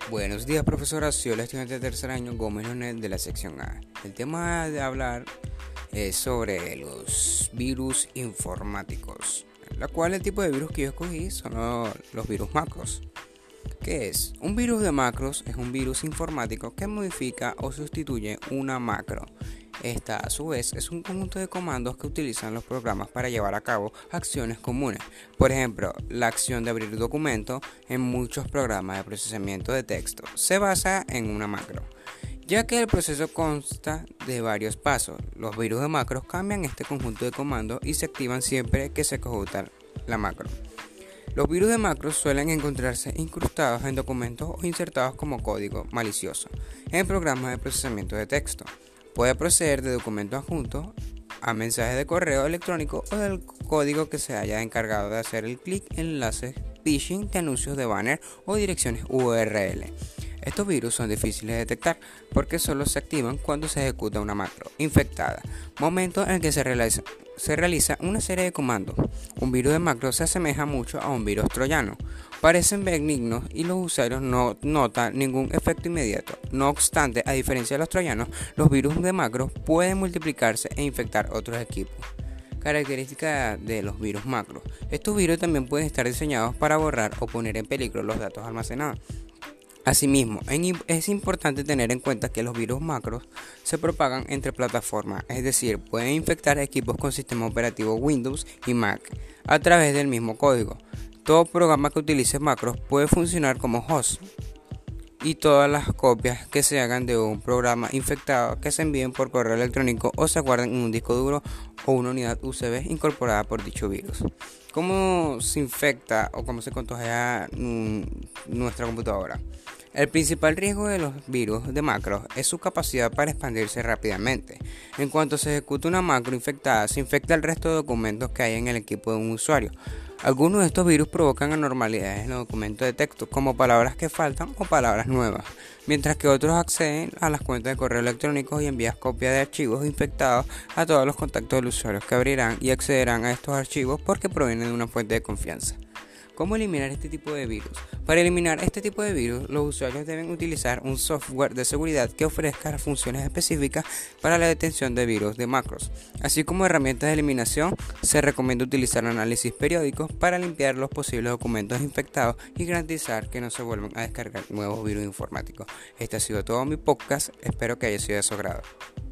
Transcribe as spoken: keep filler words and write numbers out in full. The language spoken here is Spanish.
Buenos días, profesora. Soy el estudiante de tercer año Gómez Leonel de la sección A. El tema de hablar es sobre los virus informáticos, la cual el tipo de virus que yo escogí son los, los virus macros. ¿Qué es? Un virus de macros es un virus informático que modifica o sustituye una macro. Esta, a su vez, es un conjunto de comandos que utilizan los programas para llevar a cabo acciones comunes. Por ejemplo, la acción de abrir documento en muchos programas de procesamiento de texto se basa en una macro, ya que el proceso consta de varios pasos. Los virus de macros cambian este conjunto de comandos y se activan siempre que se ejecuta la macro. Los virus de macros suelen encontrarse incrustados en documentos o insertados como código malicioso en programas de procesamiento de texto. Puede proceder de documentos adjuntos a mensajes de correo electrónico o del código que se haya encargado de hacer el clic en enlaces phishing de anuncios de banner o direcciones U R L. Estos virus son difíciles de detectar porque solo se activan cuando se ejecuta una macro infectada, momento en el que se realiza, se realiza una serie de comandos. Un virus de macro se asemeja mucho a un virus troyano. Parecen benignos y los usuarios no notan ningún efecto inmediato. No obstante, a diferencia de los troyanos, los virus de macros pueden multiplicarse e infectar otros equipos. Características de los virus macros. Estos virus también pueden estar diseñados para borrar o poner en peligro los datos almacenados. Asimismo, es importante tener en cuenta que los virus macros se propagan entre plataformas, es decir, pueden infectar equipos con sistema operativo Windows y Mac a través del mismo código. Todo programa que utilice macros puede funcionar como host, y todas las copias que se hagan de un programa infectado que se envíen por correo electrónico o se guarden en un disco duro o una unidad U S B incorporada por dicho virus. ¿Cómo se infecta o cómo se contagia mmm, nuestra computadora? El principal riesgo de los virus de macros es su capacidad para expandirse rápidamente. En cuanto se ejecuta una macro infectada, se infecta el resto de documentos que hay en el equipo de un usuario. Algunos de estos virus provocan anormalidades en los documentos de texto, como palabras que faltan o palabras nuevas, mientras que otros acceden a las cuentas de correo electrónico y envían copias de archivos infectados a todos los contactos del usuario que abrirán y accederán a estos archivos porque provienen de una fuente de confianza. ¿Cómo eliminar este tipo de virus? Para eliminar este tipo de virus, los usuarios deben utilizar un software de seguridad que ofrezca funciones específicas para la detención de virus de macros. Así como herramientas de eliminación, se recomienda utilizar análisis periódicos para limpiar los posibles documentos infectados y garantizar que no se vuelvan a descargar nuevos virus informáticos. Este ha sido todo mi podcast, espero que haya sido de su agrado.